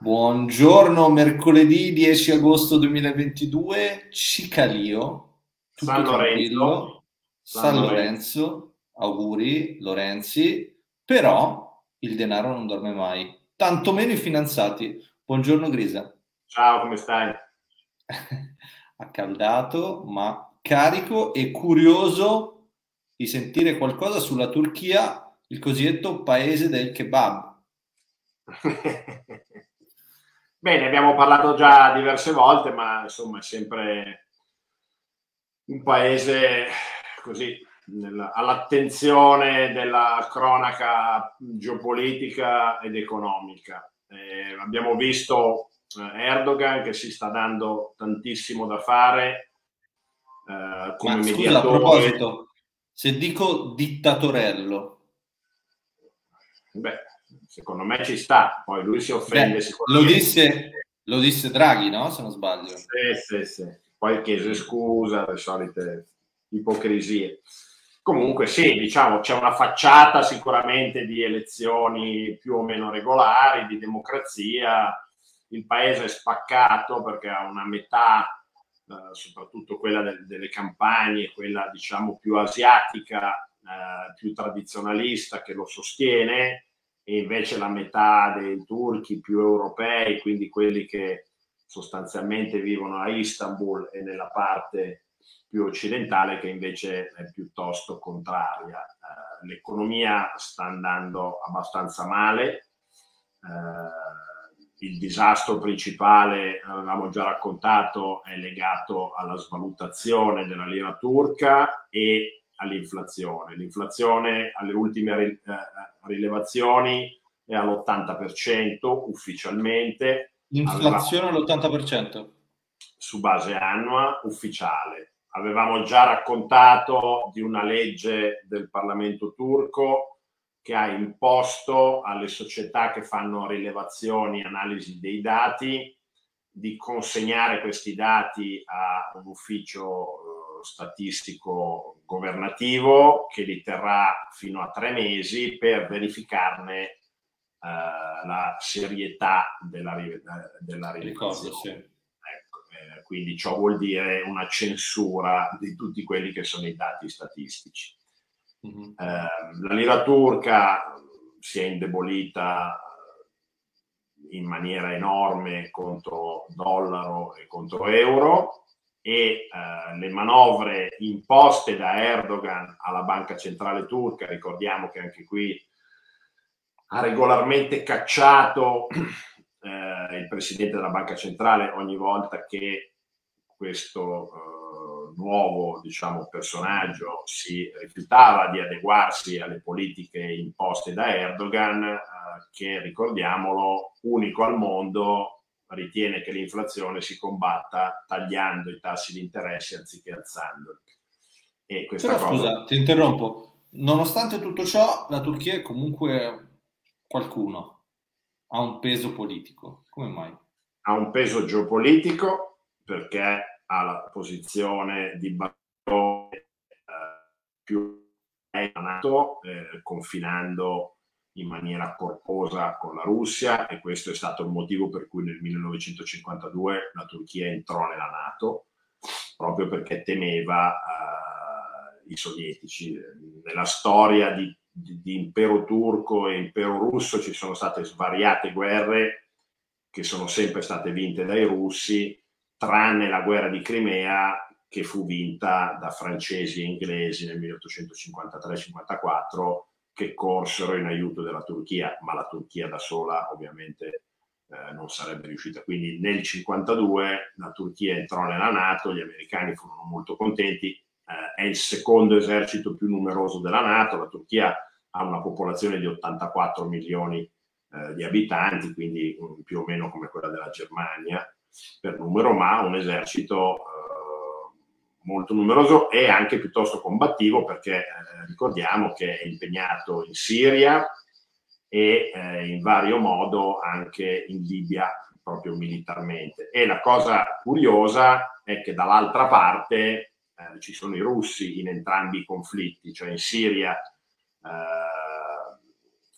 Buongiorno, mercoledì 10 agosto 2022, Cicalio, tutto San Lorenzo, tranquillo, San San Lorenzo. Lorenzo, auguri Lorenzi, però il denaro non dorme mai, tantomeno i finanziati. Buongiorno Grisa. Ciao, come stai? Accaldato, ma carico e curioso di sentire qualcosa sulla Turchia, il cosiddetto paese del kebab. Bene, abbiamo parlato già diverse volte, ma insomma è sempre un paese così all'attenzione della cronaca geopolitica ed economica. Abbiamo visto Erdogan che si sta dando tantissimo da fare come Ma scusa, a mediatore. proposito, se dico dittatorello, Beh, secondo me ci sta, poi lui si offende beh, lo sicuramente. disse, lo disse Draghi, no? Se non sbaglio. Sì. Poi chiese scusa, le solite ipocrisie. Comunque sì, diciamo, c'è una facciata sicuramente di elezioni più o meno regolari, di democrazia. Il paese è spaccato perché ha una metà, soprattutto quella delle campagne, quella diciamo più asiatica, più tradizionalista che lo sostiene, e invece la metà dei turchi più europei, quindi quelli che sostanzialmente vivono a Istanbul e nella parte più occidentale, che invece è piuttosto contraria. L'economia sta andando abbastanza male. Il disastro principale, avevamo già raccontato, è legato alla svalutazione della lira turca e all'inflazione. L'inflazione alle ultime rilevazioni è all'80% ufficialmente. Avevamo L'inflazione all'80%. su base annua ufficiale. Avevamo già raccontato di una legge del Parlamento turco che ha imposto alle società che fanno rilevazioni e analisi dei dati di consegnare questi dati a un ufficio statistico governativo che li terrà fino a 3 mesi per verificarne la serietà della Ricordo, rilevazione. sì. Ecco, quindi ciò vuol dire una censura di tutti quelli che sono i dati statistici. Mhm. La lira turca si è indebolita in maniera enorme contro dollaro e contro euro, e le manovre imposte da Erdogan alla banca centrale turca, ricordiamo che anche qui ha regolarmente cacciato il presidente della banca centrale ogni volta che questo nuovo, diciamo, personaggio si rifiutava di adeguarsi alle politiche imposte da Erdogan, che, ricordiamolo, unico al mondo, ritiene che l'inflazione si combatta tagliando i tassi di interesse anziché alzandoli. E questa Però cosa scusa, ti interrompo. Nonostante tutto ciò, la Turchia è comunque qualcuno, ha un peso politico. Come mai? ha un peso geopolitico perché ha la posizione di bastione più NATO, confinando in maniera corposa con la Russia, e questo è stato il motivo per cui nel 1952 la Turchia entrò nella NATO, proprio perché temeva i sovietici. Nella storia di impero turco e impero russo ci sono state svariate guerre che sono sempre state vinte dai russi, tranne la guerra di Crimea, che fu vinta da francesi e inglesi nel 1853-54, che corsero in aiuto della Turchia, ma la Turchia da sola ovviamente non sarebbe riuscita. Quindi nel 1952 la Turchia entrò nella NATO, gli americani furono molto contenti, è il secondo esercito più numeroso della NATO, la Turchia ha una popolazione di 84 milioni di abitanti, quindi più o meno come quella della Germania per numero, ma un esercito molto numeroso e anche piuttosto combattivo, perché ricordiamo che è impegnato in Siria e in vario modo anche in Libia, proprio militarmente. E la cosa curiosa è che dall'altra parte ci sono i russi in entrambi i conflitti, cioè in Siria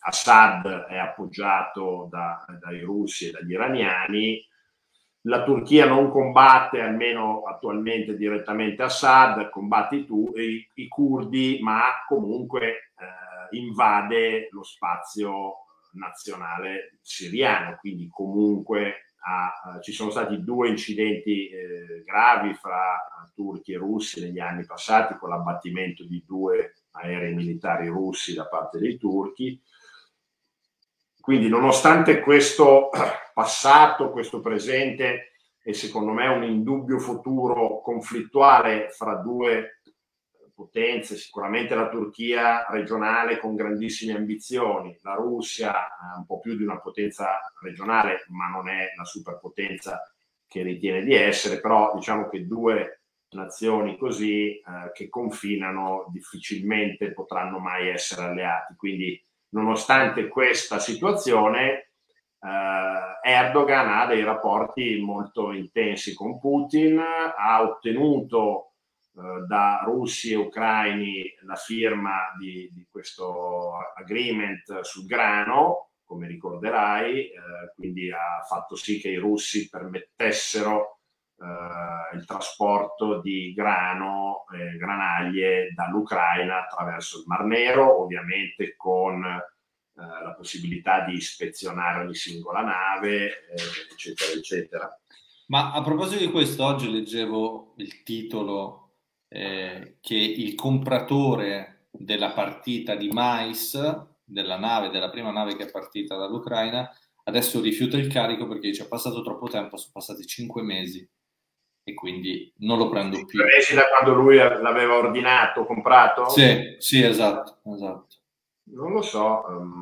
Assad è appoggiato dai russi e dagli iraniani. La Turchia non combatte, almeno attualmente, direttamente Assad, combatte i curdi, ma comunque invade lo spazio nazionale siriano, quindi comunque ci sono stati 2 incidenti gravi fra turchi e russi negli anni passati, con l'abbattimento di 2 aerei militari russi da parte dei turchi. Quindi, nonostante questo passato, questo presente e secondo me un indubbio futuro conflittuale fra 2 potenze, sicuramente la Turchia regionale con grandissime ambizioni, la Russia un po' più di una potenza regionale, ma non è la superpotenza che ritiene di essere, però diciamo che 2 nazioni così che confinano difficilmente potranno mai essere alleati. Quindi, nonostante questa situazione, Erdogan ha dei rapporti molto intensi con Putin, ha ottenuto da russi e ucraini la firma di questo agreement sul grano, come ricorderai, quindi ha fatto sì che i russi permettessero il trasporto di grano, granaglie dall'Ucraina attraverso il Mar Nero, ovviamente con la possibilità di ispezionare ogni singola nave, eccetera, eccetera. Ma a proposito di questo, oggi leggevo il titolo che il compratore della partita di mais, della prima nave che è partita dall'Ucraina, adesso rifiuta il carico perché dice: è passato troppo tempo, sono passati 5 mesi e quindi non lo prendo più. 5 mesi da quando lui l'aveva ordinato, comprato? Sì, sì, esatto. Non lo so,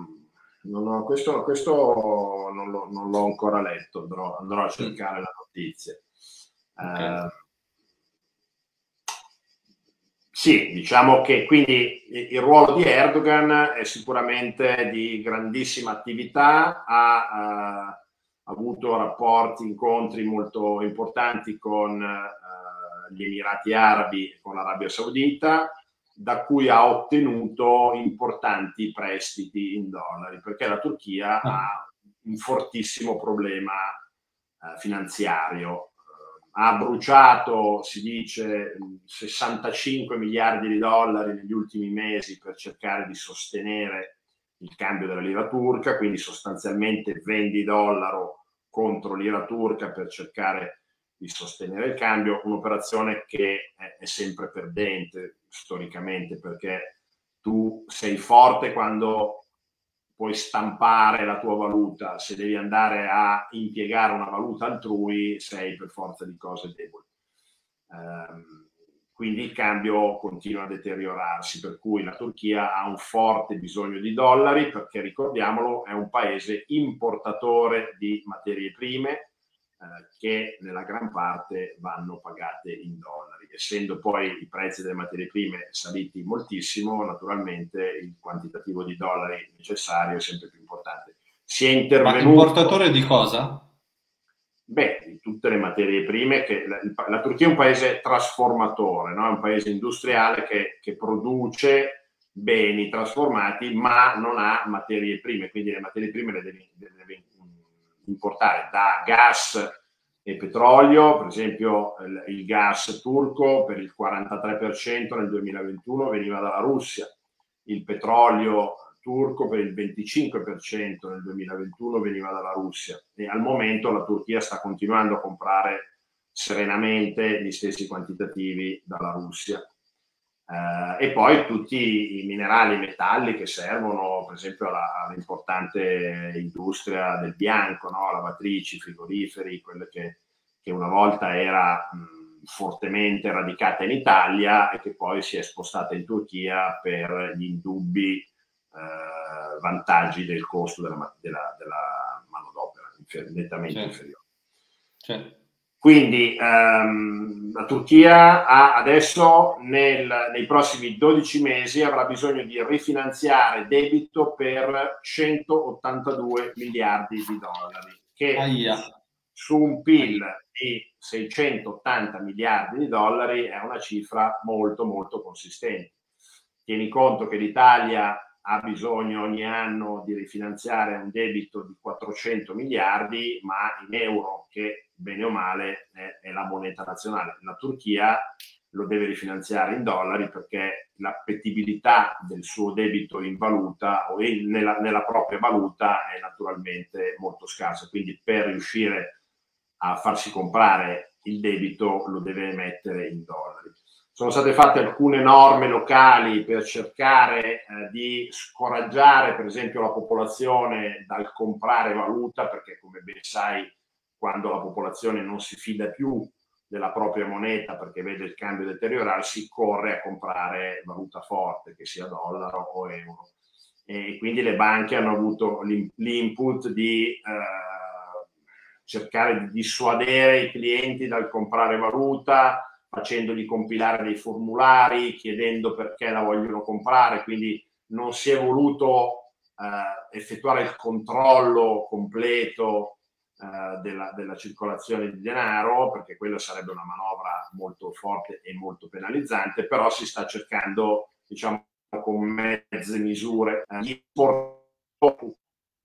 questo non l'ho ancora letto, andrò a cercare la notizia. Okay. Sì, diciamo che quindi il ruolo di Erdogan è sicuramente di grandissima attività, ha avuto rapporti, incontri molto importanti con gli Emirati Arabi e con l'Arabia Saudita, da cui ha ottenuto importanti prestiti in dollari, perché la Turchia ha un fortissimo problema finanziario. Ha bruciato, si dice, 65 miliardi di dollari negli ultimi mesi per cercare di sostenere il cambio della lira turca, quindi sostanzialmente vendi dollaro contro lira turca per cercare di sostenere il cambio, un'operazione che è sempre perdente storicamente, perché tu sei forte quando puoi stampare la tua valuta, se devi andare a impiegare una valuta altrui sei per forza di cose debole. Quindi il cambio continua a deteriorarsi, per cui la Turchia ha un forte bisogno di dollari, perché ricordiamolo, è un paese importatore di materie prime che nella gran parte vanno pagate in dollari. Essendo poi i prezzi delle materie prime saliti moltissimo, naturalmente il quantitativo di dollari necessario è sempre più importante. Si è intervenuto... Ma importatore di cosa? Beh, di tutte le materie prime, che la Turchia è un paese trasformatore, no? È un paese industriale che produce beni trasformati, ma non ha materie prime, quindi le materie prime le deve importare da gas e petrolio. Per esempio il gas turco per il 43% nel 2021 veniva dalla Russia, il petrolio turco per il 25% nel 2021 veniva dalla Russia, e al momento la Turchia sta continuando a comprare serenamente gli stessi quantitativi dalla Russia. E poi tutti i minerali, i metalli che servono per esempio all'importante industria del bianco, no? Lavatrici, frigoriferi, quelle che una volta era fortemente radicata in Italia e che poi si è spostata in Turchia per gli indubbi vantaggi del costo della manodopera nettamente inferiore. Quindi la Turchia adesso nei prossimi 12 mesi avrà bisogno di rifinanziare debito per 182 miliardi di dollari, che su un PIL di 680 miliardi di dollari è una cifra molto molto consistente. Tieni conto che l'Italia ha bisogno ogni anno di rifinanziare un debito di 400 miliardi, ma in euro, che bene o male è la moneta nazionale. La Turchia lo deve rifinanziare in dollari perché l'appetibilità del suo debito in valuta o nella propria valuta è naturalmente molto scarsa, quindi per riuscire a farsi comprare il debito lo deve emettere in dollari. Sono state fatte alcune norme locali per cercare di scoraggiare per esempio la popolazione dal comprare valuta, perché come ben sai, quando la popolazione non si fida più della propria moneta perché vede il cambio deteriorarsi, corre a comprare valuta forte, che sia dollaro o euro. E quindi le banche hanno avuto l'input di cercare di dissuadere i clienti dal comprare valuta, facendogli compilare dei formulari, chiedendo perché la vogliono comprare, quindi non si è voluto effettuare il controllo completo della circolazione di denaro, perché quella sarebbe una manovra molto forte e molto penalizzante, però si sta cercando, diciamo, con mezze misure gli importatori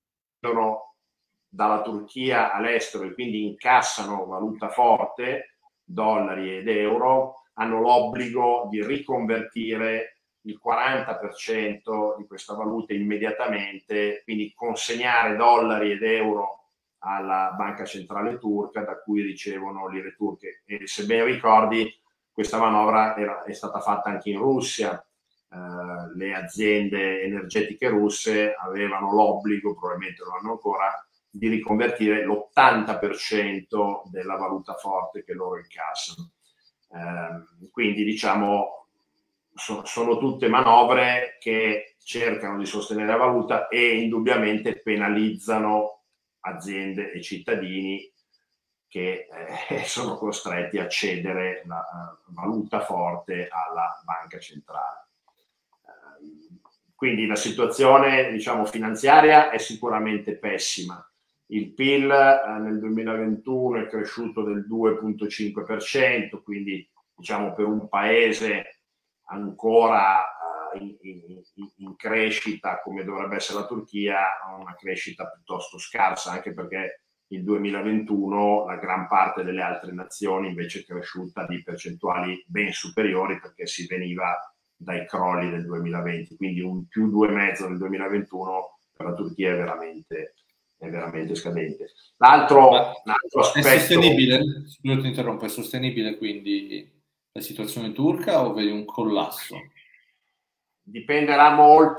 dalla Turchia all'estero e quindi incassano valuta forte, dollari ed euro, hanno l'obbligo di riconvertire il 40% di questa valuta immediatamente, quindi consegnare dollari ed euro alla banca centrale turca, da cui ricevono lire turche. E se ben ricordi, questa manovra è stata fatta anche in Russia. Le aziende energetiche russe avevano l'obbligo, probabilmente lo hanno ancora, di riconvertire l'80% della valuta forte che loro incassano. Quindi diciamo sono tutte manovre che cercano di sostenere la valuta e indubbiamente penalizzano aziende e cittadini che sono costretti a cedere la valuta forte alla banca centrale. Quindi la situazione, diciamo, finanziaria è sicuramente pessima. Il PIL nel 2021 è cresciuto del 2,5%, quindi diciamo per un paese ancora in crescita come dovrebbe essere la Turchia, una crescita piuttosto scarsa, anche perché il 2021 la gran parte delle altre nazioni invece è cresciuta di percentuali ben superiori, perché si veniva dai crolli del 2020, quindi un più 2,5 nel 2021 per la Turchia è veramente scadente. L'altro aspetto... È sostenibile? Scusa, ti interrompo, è sostenibile quindi la situazione turca o vedi un collasso? Dipenderà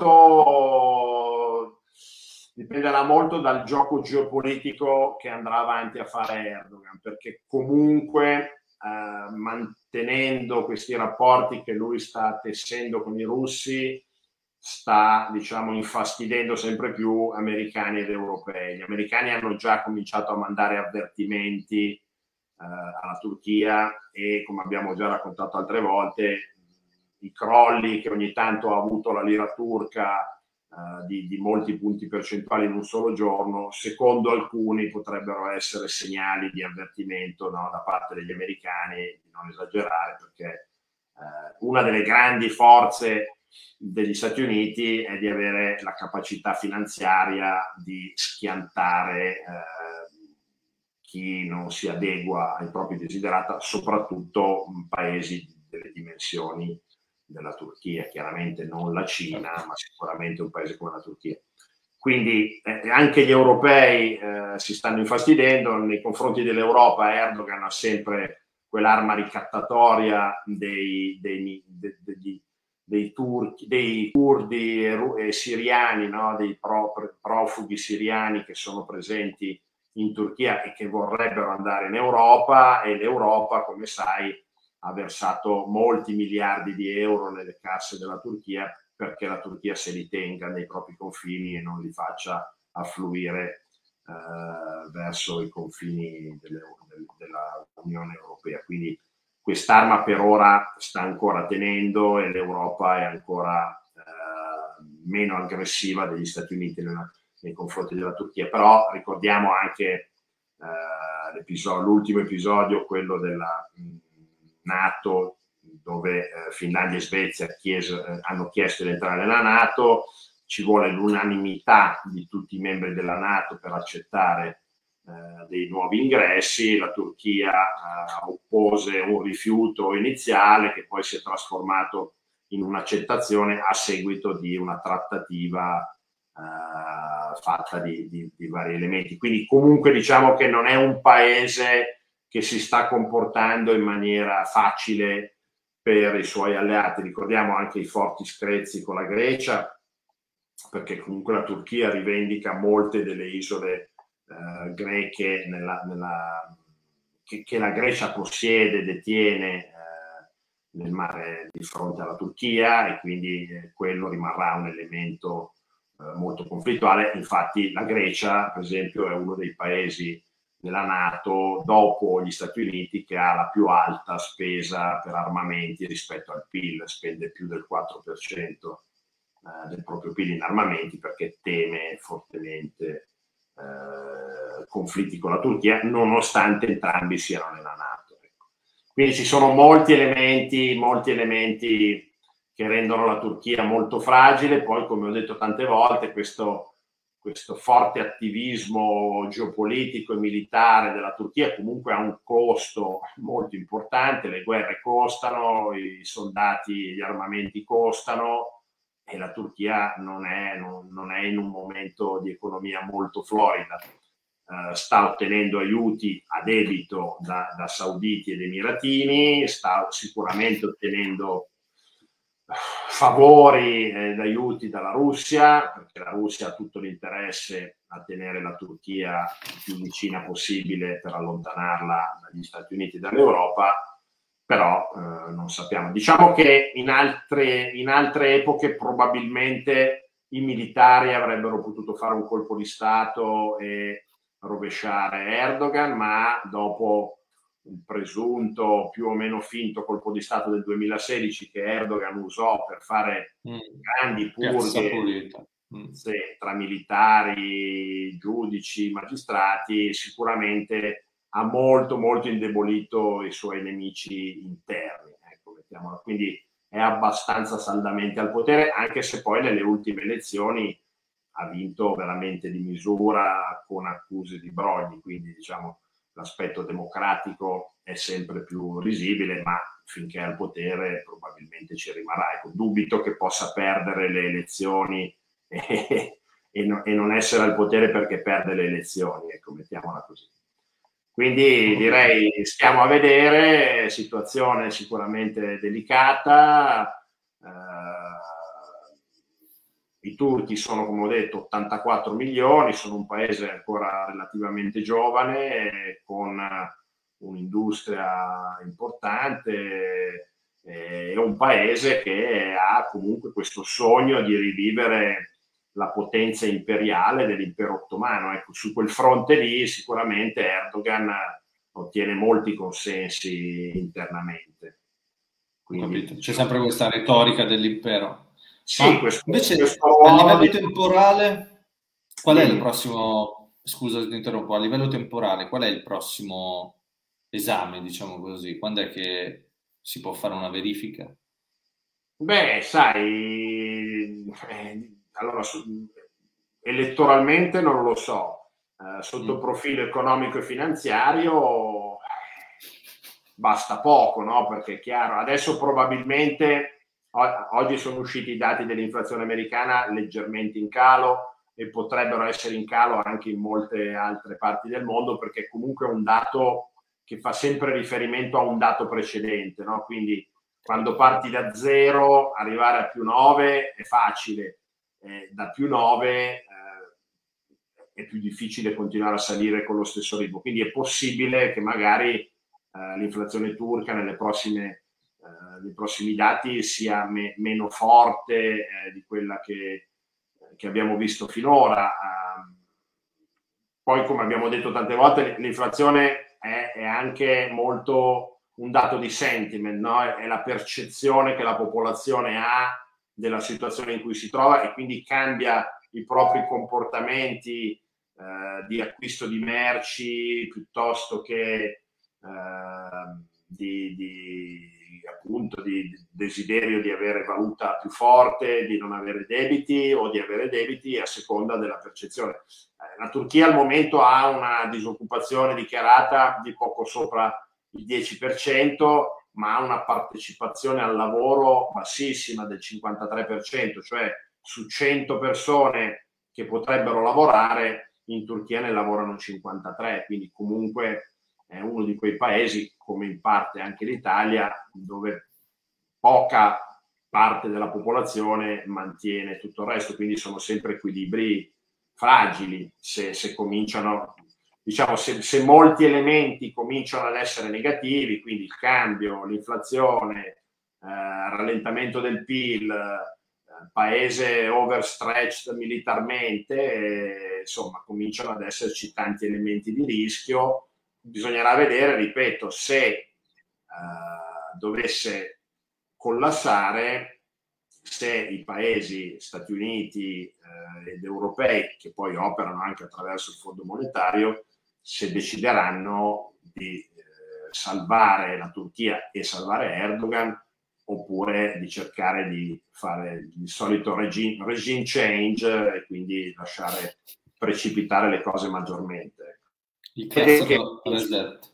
molto dal gioco geopolitico che andrà avanti a fare Erdogan, perché comunque mantenendo questi rapporti che lui sta tessendo con i russi, sta, diciamo, infastidendo sempre più americani ed europei. Gli americani hanno già cominciato a mandare avvertimenti alla Turchia e, come abbiamo già raccontato altre volte, i crolli che ogni tanto ha avuto la lira turca di molti punti percentuali in un solo giorno, secondo alcuni potrebbero essere segnali di avvertimento, no, da parte degli americani di non esagerare, perché una delle grandi forze degli Stati Uniti è di avere la capacità finanziaria di schiantare chi non si adegua ai propri desiderata, soprattutto paesi delle dimensioni della Turchia, chiaramente non la Cina, ma sicuramente un paese come la Turchia. Quindi anche gli europei si stanno infastidendo nei confronti dell'Europa. Erdogan ha sempre quell'arma ricattatoria dei turchi, dei curdi e siriani, no? Dei profughi siriani che sono presenti in Turchia e che vorrebbero andare in Europa, e l'Europa, come sai, ha versato molti miliardi di euro nelle casse della Turchia perché la Turchia se li tenga nei propri confini e non li faccia affluire verso i confini della Unione Europea. Quindi quest'arma per ora sta ancora tenendo e l'Europa è ancora meno aggressiva degli Stati Uniti nei confronti della Turchia. Però ricordiamo anche l'ultimo episodio, quello della NATO, dove Finlandia e Svezia hanno chiesto di entrare nella NATO. ci vuole l'unanimità di tutti i membri della NATO per accettare dei nuovi ingressi. La Turchia oppose un rifiuto iniziale che poi si è trasformato in un'accettazione a seguito di una trattativa fatta di vari elementi. Quindi comunque diciamo che non è un paese che si sta comportando in maniera facile per i suoi alleati. Ricordiamo anche i forti screzi con la Grecia, perché comunque la Turchia rivendica molte delle isole greche che la Grecia possiede, detiene nel mare di fronte alla Turchia, e quindi quello rimarrà un elemento molto conflittuale. Infatti la Grecia, per esempio, è uno dei paesi della NATO, dopo gli Stati Uniti, che ha la più alta spesa per armamenti rispetto al PIL, spende più del 4% del proprio PIL in armamenti, perché teme fortemente conflitti con la Turchia, nonostante entrambi siano nella NATO. Ecco. Quindi ci sono molti elementi che rendono la Turchia molto fragile. Poi, come ho detto tante volte, questo forte attivismo geopolitico e militare della Turchia comunque ha un costo molto importante. Le guerre costano, i soldati, gli armamenti costano, e la Turchia non è in un momento di economia molto florida. Sta ottenendo aiuti a debito da sauditi ed emiratini, sta sicuramente ottenendo favori ed aiuti dalla Russia, perché la Russia ha tutto l'interesse a tenere la Turchia il più vicina possibile per allontanarla dagli Stati Uniti e dall'Europa, però non sappiamo. Diciamo che in altre epoche probabilmente i militari avrebbero potuto fare un colpo di Stato e rovesciare Erdogan, ma dopo un presunto, più o meno finto colpo di Stato del 2016 che Erdogan usò per fare grandi purghe tra militari, giudici, magistrati, sicuramente ha molto molto indebolito i suoi nemici interni. Ecco, mettiamola. Quindi è abbastanza saldamente al potere, anche se poi nelle ultime elezioni ha vinto veramente di misura con accuse di brogli, quindi diciamo l'aspetto democratico è sempre più risibile, ma finché è al potere probabilmente ci rimarrà. Ecco, dubito che possa perdere le elezioni e non essere al potere perché perde le elezioni, ecco, mettiamola così. Quindi direi stiamo a vedere, situazione sicuramente delicata. I turchi sono, come ho detto, 84 milioni, sono un paese ancora relativamente giovane, con un'industria importante, è un paese che ha comunque questo sogno di rivivere la potenza imperiale dell'impero ottomano. Ecco, su quel fronte lì sicuramente Erdogan ottiene molti consensi internamente. Quindi, c'è sempre questa retorica dell'impero. Sì, invece a livello temporale, qual è il prossimo? Scusa se ti interrompo, a livello temporale, qual è il prossimo esame, diciamo così? Quando è che si può fare una verifica? Beh, sai, allora elettoralmente non lo so, sotto profilo economico e finanziario basta poco, no? Perché è chiaro, adesso probabilmente oggi sono usciti i dati dell'inflazione americana leggermente in calo e potrebbero essere in calo anche in molte altre parti del mondo, perché comunque è un dato che fa sempre riferimento a un dato precedente, no? Quindi quando parti da 0, arrivare a più 9 è facile, da più 9 è più difficile continuare a salire con lo stesso ritmo. Quindi è possibile che magari l'inflazione turca nei prossimi dati sia meno forte di quella che abbiamo visto finora. Poi, come abbiamo detto tante volte, l'inflazione è anche molto un dato di sentiment, no? È la percezione che la popolazione ha della situazione in cui si trova, e quindi cambia i propri comportamenti di acquisto di merci piuttosto che appunto di desiderio di avere valuta più forte, di non avere debiti o di avere debiti a seconda della percezione. La Turchia al momento ha una disoccupazione dichiarata di poco sopra il 10%, ma ha una partecipazione al lavoro bassissima del 53%, cioè su 100 persone che potrebbero lavorare, in Turchia ne lavorano 53, quindi comunque è uno di quei paesi, come in parte anche l'Italia, dove poca parte della popolazione mantiene tutto il resto, quindi sono sempre equilibri fragili se cominciano, diciamo, se molti elementi cominciano ad essere negativi, quindi il cambio, l'inflazione, rallentamento del PIL, paese overstretched militarmente, insomma, cominciano ad esserci tanti elementi di rischio. Bisognerà vedere, ripeto, se dovesse collassare, se i paesi Stati Uniti ed europei, che poi operano anche attraverso il Fondo Monetario, se decideranno di salvare la Turchia e salvare Erdogan, oppure di cercare di fare il solito regime change e quindi lasciare precipitare le cose maggiormente. Il classico reset.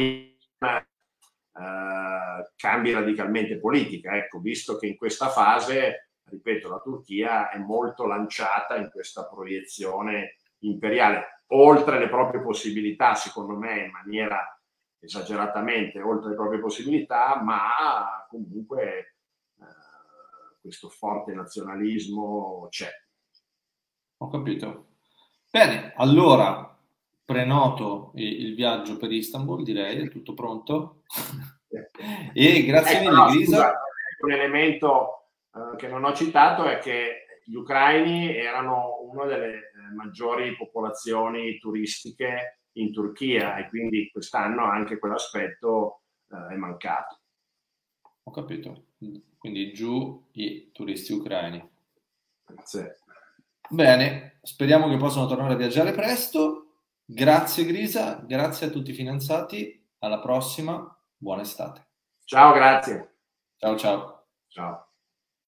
Cambi radicalmente politica, ecco, visto che in questa fase, ripeto, la Turchia è molto lanciata in questa proiezione imperiale, oltre le proprie possibilità, secondo me in maniera esageratamente oltre le proprie possibilità, ma comunque questo forte nazionalismo c'è. Ho capito. Bene, allora prenoto il viaggio per Istanbul, direi, è tutto pronto. E grazie mille, Grisa. Scusa, un elemento che non ho citato è che gli ucraini erano una delle maggiori popolazioni turistiche in Turchia e quindi quest'anno anche quell'aspetto è mancato. Ho capito. Quindi giù i turisti ucraini. Grazie. Bene, speriamo che possano tornare a viaggiare presto. Grazie Grisa, grazie a tutti i finanziati. Alla prossima, buona estate. Ciao, grazie. Ciao ciao. Ciao.